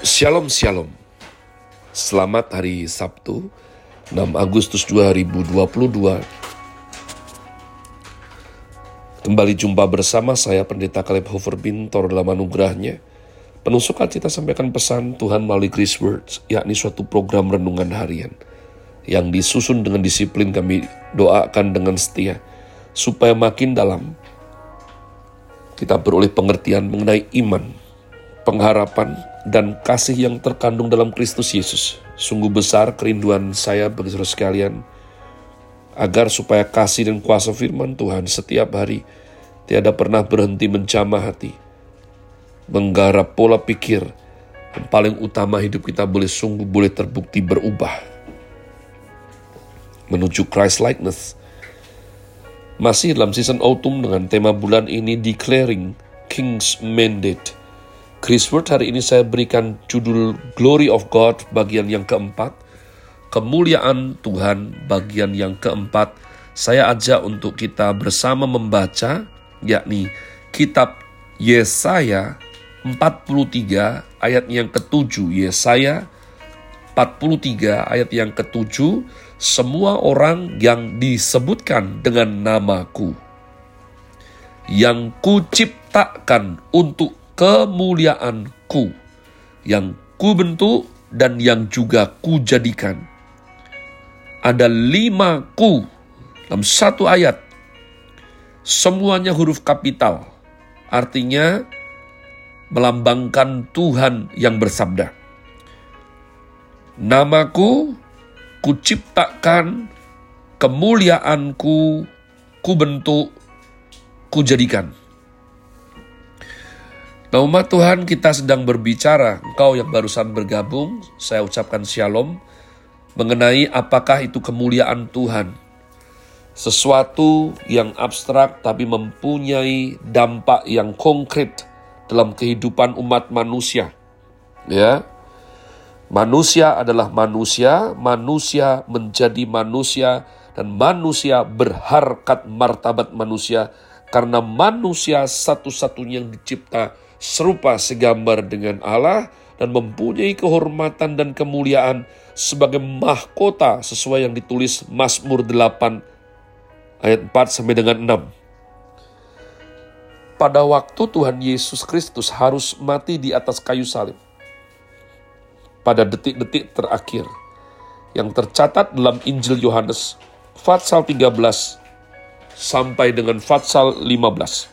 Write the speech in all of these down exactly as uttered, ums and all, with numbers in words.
Shalom Shalom. Selamat hari Sabtu enam Agustus dua ribu dua puluh dua. Kembali jumpa bersama saya Pendeta Caleb Hofer Bintor dalam anugerahnya. Penuh sukacita sampaikan pesan Tuhan melalui Grace Words, yakni suatu program renungan harian yang disusun dengan disiplin. Kami doakan dengan setia supaya makin dalam kita beroleh pengertian mengenai iman, pengharapan, dan kasih yang terkandung dalam Kristus Yesus. Sungguh besar kerinduan saya bagi saudara sekalian, agar supaya kasih dan kuasa firman Tuhan setiap hari tiada pernah berhenti menjamah hati, menggarap pola pikir, dan paling utama hidup kita boleh sungguh boleh terbukti berubah menuju Christ likeness. Masih dalam season autumn dengan tema bulan ini Declaring King's Mandate. Grace Word hari ini saya berikan judul Glory of God bagian yang keempat, kemuliaan Tuhan bagian yang keempat. Saya ajak untuk kita bersama membaca, yakni kitab Yesaya empat puluh tiga ayat yang ketujuh. Yesaya empat puluh tiga ayat yang ketujuh, semua orang yang disebutkan dengan namaku, yang kuciptakan untuk kemuliaanku, yang kubentuk dan yang juga kujadikan. Ada lima ku dalam satu ayat. Semuanya huruf kapital. Artinya melambangkan Tuhan yang bersabda. Namaku kuciptakan, kemuliaanku kubentuk, kujadikan. Nah, umat Tuhan, kita sedang berbicara, engkau yang barusan bergabung, saya ucapkan shalom, mengenai apakah itu kemuliaan Tuhan. Sesuatu yang abstrak tapi mempunyai dampak yang konkret dalam kehidupan umat manusia. Ya, manusia adalah manusia, manusia menjadi manusia, dan manusia berharkat martabat manusia, karena manusia satu-satunya yang dicipta serupa segambar dengan Allah dan mempunyai kehormatan dan kemuliaan sebagai mahkota sesuai yang ditulis Mazmur delapan ayat empat sampai dengan enam. Pada waktu Tuhan Yesus Kristus harus mati di atas kayu salib, pada detik-detik terakhir yang tercatat dalam Injil Yohanes Fatsal tiga belas sampai dengan Fatsal lima belas.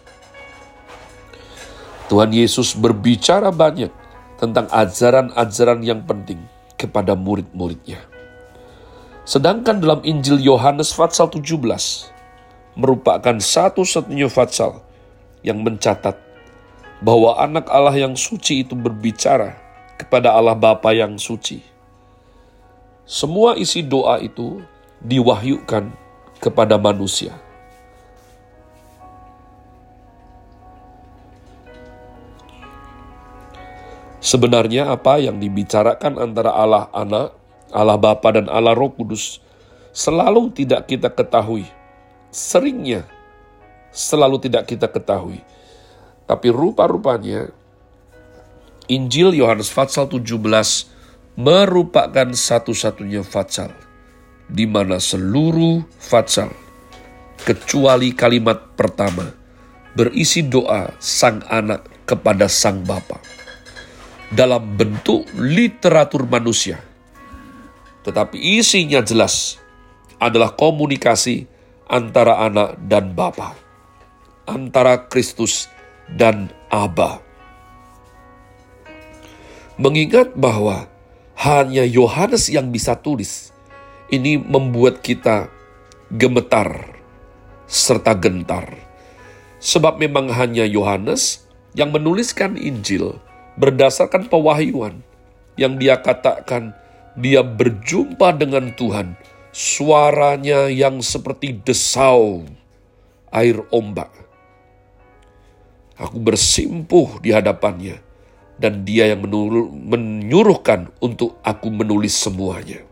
Tuhan Yesus berbicara banyak tentang ajaran-ajaran yang penting kepada murid-muridnya. Sedangkan dalam Injil Yohanes Fatsal tujuh belas merupakan satu-satunya Fatsal yang mencatat bahwa anak Allah yang suci itu berbicara kepada Allah Bapa yang suci. Semua isi doa itu diwahyukan kepada manusia. Sebenarnya apa yang dibicarakan antara Allah Anak, Allah Bapa dan Allah Roh Kudus selalu tidak kita ketahui. Seringnya selalu tidak kita ketahui. Tapi rupa-rupanya Injil Yohanes Fatsal tujuh belas merupakan satu-satunya Fatsal di mana seluruh Fatsal kecuali kalimat pertama berisi doa Sang Anak kepada Sang Bapa dalam bentuk literatur manusia. Tetapi isinya jelas adalah komunikasi antara anak dan Bapa, antara Kristus dan Aba. Mengingat bahwa hanya Yohanes yang bisa tulis, ini membuat kita gemetar serta gentar. Sebab memang hanya Yohanes yang menuliskan Injil berdasarkan pewahyuan yang dia katakan dia berjumpa dengan Tuhan, suaranya yang seperti desau air ombak. Aku bersimpuh di hadapannya dan dia yang menyuruhkan untuk aku menulis semuanya.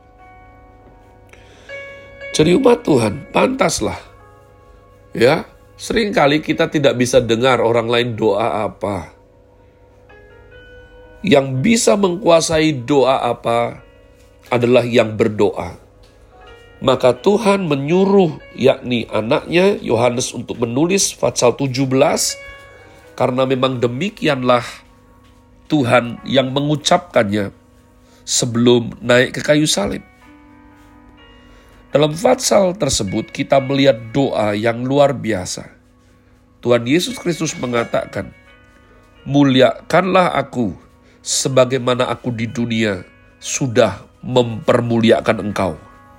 Jadi umat Tuhan, pantaslah. Ya, seringkali kita tidak bisa dengar orang lain doa apa. Yang bisa menguasai doa apa adalah yang berdoa. Maka Tuhan menyuruh yakni anaknya Yohanes untuk menulis pasal tujuh belas, karena memang demikianlah Tuhan yang mengucapkannya sebelum naik ke kayu salib. Dalam pasal tersebut kita melihat doa yang luar biasa. Tuhan Yesus Kristus mengatakan, "Muliakanlah aku sebagaimana aku di dunia sudah mempermuliakan engkau."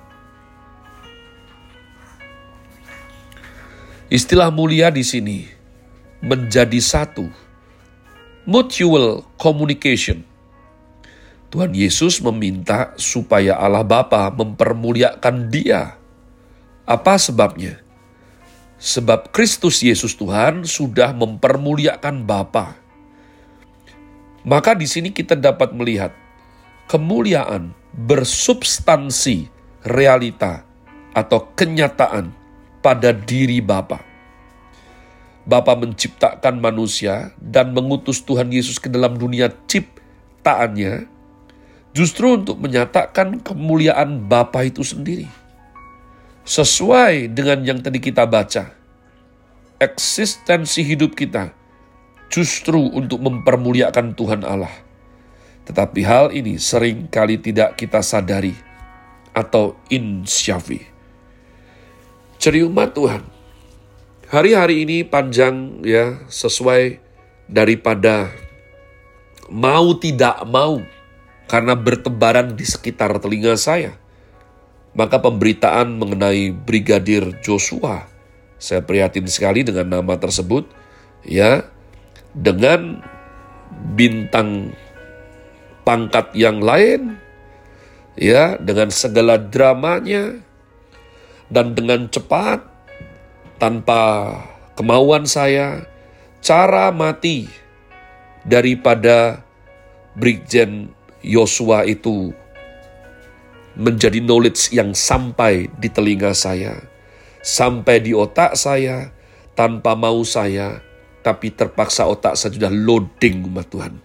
Istilah mulia di sini menjadi satu, mutual communication. Tuhan Yesus meminta supaya Allah Bapa mempermuliakan Dia. Apa sebabnya? Sebab Kristus Yesus Tuhan sudah mempermuliakan Bapa. Maka di sini kita dapat melihat kemuliaan bersubstansi realita atau kenyataan pada diri Bapa. Bapa menciptakan manusia dan mengutus Tuhan Yesus ke dalam dunia ciptaannya justru untuk menyatakan kemuliaan Bapa itu sendiri. Sesuai dengan yang tadi kita baca, eksistensi hidup kita justru untuk mempermuliakan Tuhan Allah. Tetapi hal ini seringkali tidak kita sadari atau insyafi. Jadi umat Tuhan, hari-hari ini panjang ya, sesuai daripada mau tidak mau, karena bertebaran di sekitar telinga saya. Maka pemberitaan mengenai Brigadir Joshua, saya prihatin sekali dengan nama tersebut, ya, dengan bintang pangkat yang lain, ya, dengan segala dramanya, dan dengan cepat, tanpa kemauan saya, cara mati daripada Brigjen Yosua itu menjadi knowledge yang sampai di telinga saya, sampai di otak saya, tanpa mau saya, tapi terpaksa otak saya sudah loading umat Tuhan.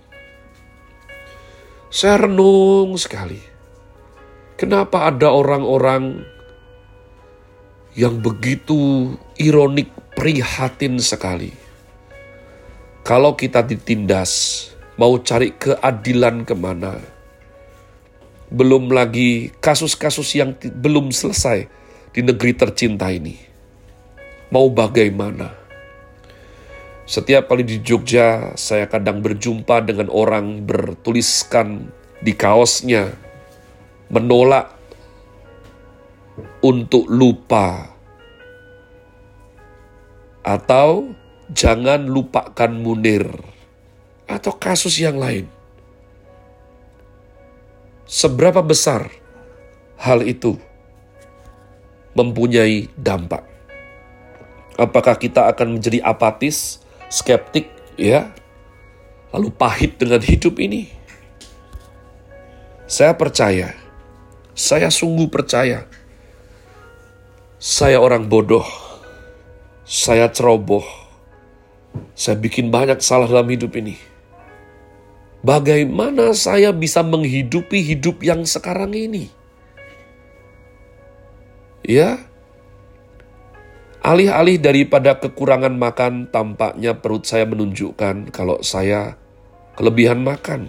Saya renung sekali. Kenapa ada orang-orang yang begitu ironik, prihatin sekali. Kalau kita ditindas, mau cari keadilan kemana? Belum lagi kasus-kasus yang t- belum selesai di negeri tercinta ini. Mau bagaimana? Setiap kali di Jogja, saya kadang berjumpa dengan orang bertuliskan di kaosnya, menolak untuk lupa, atau jangan lupakan Munir, atau kasus yang lain. Seberapa besar hal itu mempunyai dampak? Apakah kita akan menjadi apatis, skeptik, ya, lalu pahit dengan hidup ini? Saya percaya, saya sungguh percaya, saya orang bodoh, saya ceroboh, saya bikin banyak salah dalam hidup ini. Bagaimana saya bisa menghidupi hidup yang sekarang ini? Ya, alih-alih daripada kekurangan makan, tampaknya perut saya menunjukkan kalau saya kelebihan makan.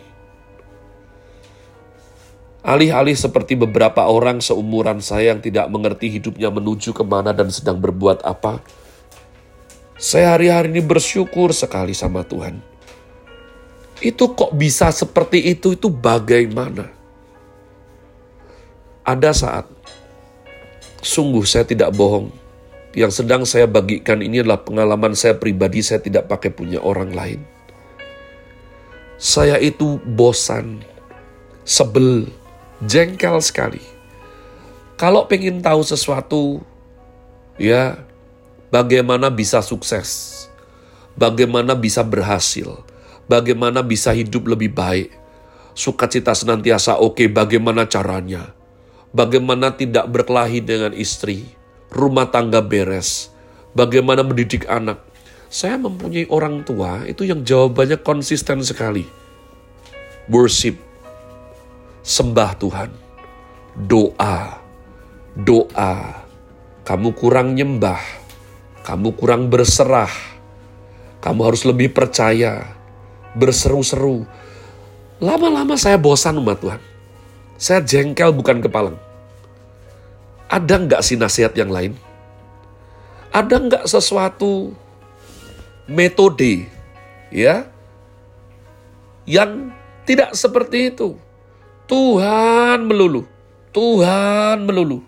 Alih-alih seperti beberapa orang seumuran saya yang tidak mengerti hidupnya menuju kemana dan sedang berbuat apa, saya hari-hari ini bersyukur sekali sama Tuhan. Itu kok bisa seperti itu, itu bagaimana? Ada saat, sungguh saya tidak bohong, yang sedang saya bagikan ini adalah pengalaman saya pribadi, saya tidak pakai punya orang lain. Saya itu bosan, sebel, jengkel sekali. Kalau pengen tahu sesuatu, ya, bagaimana bisa sukses, bagaimana bisa berhasil, bagaimana bisa hidup lebih baik, sukacita senantiasa oke, bagaimana caranya, bagaimana tidak berkelahi dengan istri, rumah tangga beres, bagaimana mendidik anak. Saya mempunyai orang tua itu yang jawabannya konsisten sekali. worship, sembah Tuhan, doa, doa. Kamu kurang nyembah, kamu kurang berserah, kamu harus lebih percaya, berseru-seru. Lama-lama saya bosan umat Tuhan. Saya jengkel bukan kepalang. Ada nggak sih nasihat yang lain? Ada nggak sesuatu metode ya yang tidak seperti itu? Tuhan melulu, Tuhan melulu.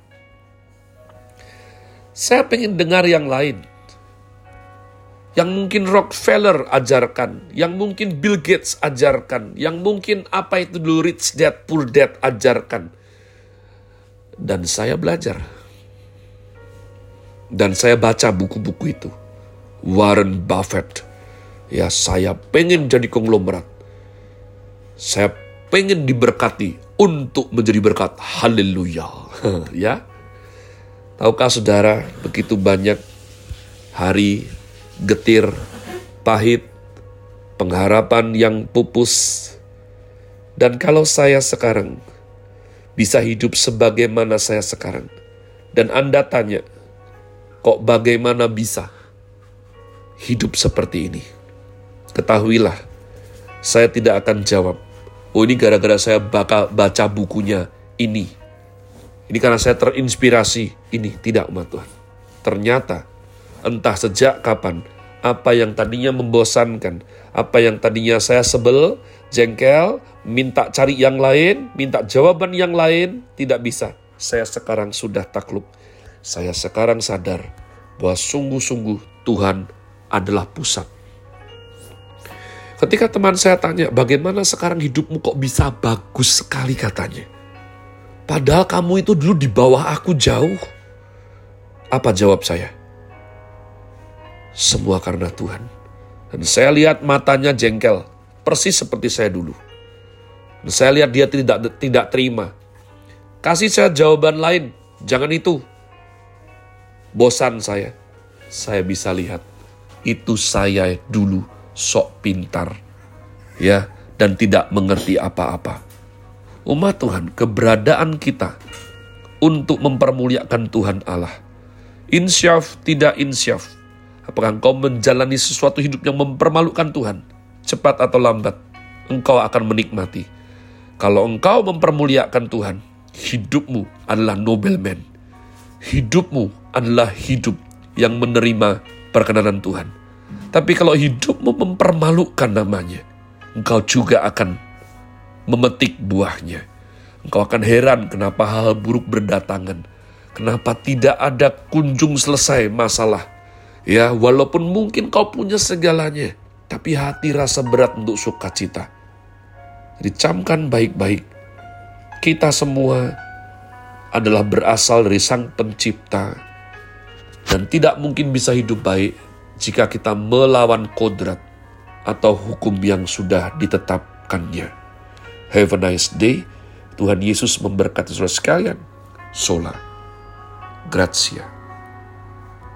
Saya pengen dengar yang lain. Yang mungkin Rockefeller ajarkan, yang mungkin Bill Gates ajarkan, yang mungkin apa itu dulu Rich Dad Poor Dad ajarkan. Dan saya belajar. Dan saya baca buku-buku itu. Warren Buffett. Ya, saya pengen jadi konglomerat. Saya pengen diberkati untuk menjadi berkat. Haleluya. Ya. Tahukah saudara, begitu banyak hari getir, pahit, pengharapan yang pupus. Dan kalau saya sekarang bisa hidup sebagaimana saya sekarang, dan Anda tanya, kok bagaimana bisa hidup seperti ini? Ketahuilah, saya tidak akan jawab, oh ini gara-gara saya bakal baca bukunya ini. Ini karena saya terinspirasi. Ini tidak, umat Tuhan. Ternyata, entah sejak kapan, apa yang tadinya membosankan, apa yang tadinya saya sebel, jengkel, minta cari yang lain, minta jawaban yang lain, tidak bisa. Saya sekarang sudah takluk. Saya sekarang sadar bahwa sungguh-sungguh Tuhan adalah pusat. Ketika teman saya tanya, bagaimana sekarang hidupmu kok bisa bagus sekali katanya? Padahal kamu itu dulu di bawah aku jauh. Apa jawab saya? Semua karena Tuhan. Dan saya lihat matanya jengkel, persis seperti saya dulu. Dan saya lihat dia tidak tidak terima. Kasih saya jawaban lain, jangan itu. Bosan saya. Saya bisa lihat, itu saya dulu sok pintar. Ya, dan tidak mengerti apa-apa. Umat Tuhan, keberadaan kita untuk mempermuliakan Tuhan Allah. Insyaf tidak insyaf. Apakah engkau menjalani sesuatu hidup yang mempermalukan Tuhan? Cepat atau lambat, engkau akan menikmati. Kalau engkau mempermuliakan Tuhan, hidupmu adalah nobleman. Hidupmu adalah hidup yang menerima perkenanan Tuhan. Tapi kalau hidupmu mempermalukan namanya, engkau juga akan memetik buahnya. Engkau akan heran kenapa hal buruk berdatangan. Kenapa tidak ada kunjung selesai masalah. Ya, walaupun mungkin kau punya segalanya, tapi hati rasa berat untuk sukacita. Jadi camkan baik-baik. Kita semua adalah berasal dari Sang Pencipta. Dan tidak mungkin bisa hidup baik jika kita melawan kodrat atau hukum yang sudah ditetapkannya. Have a nice day. Tuhan Yesus memberkati saudara sekalian. Sola Gratia.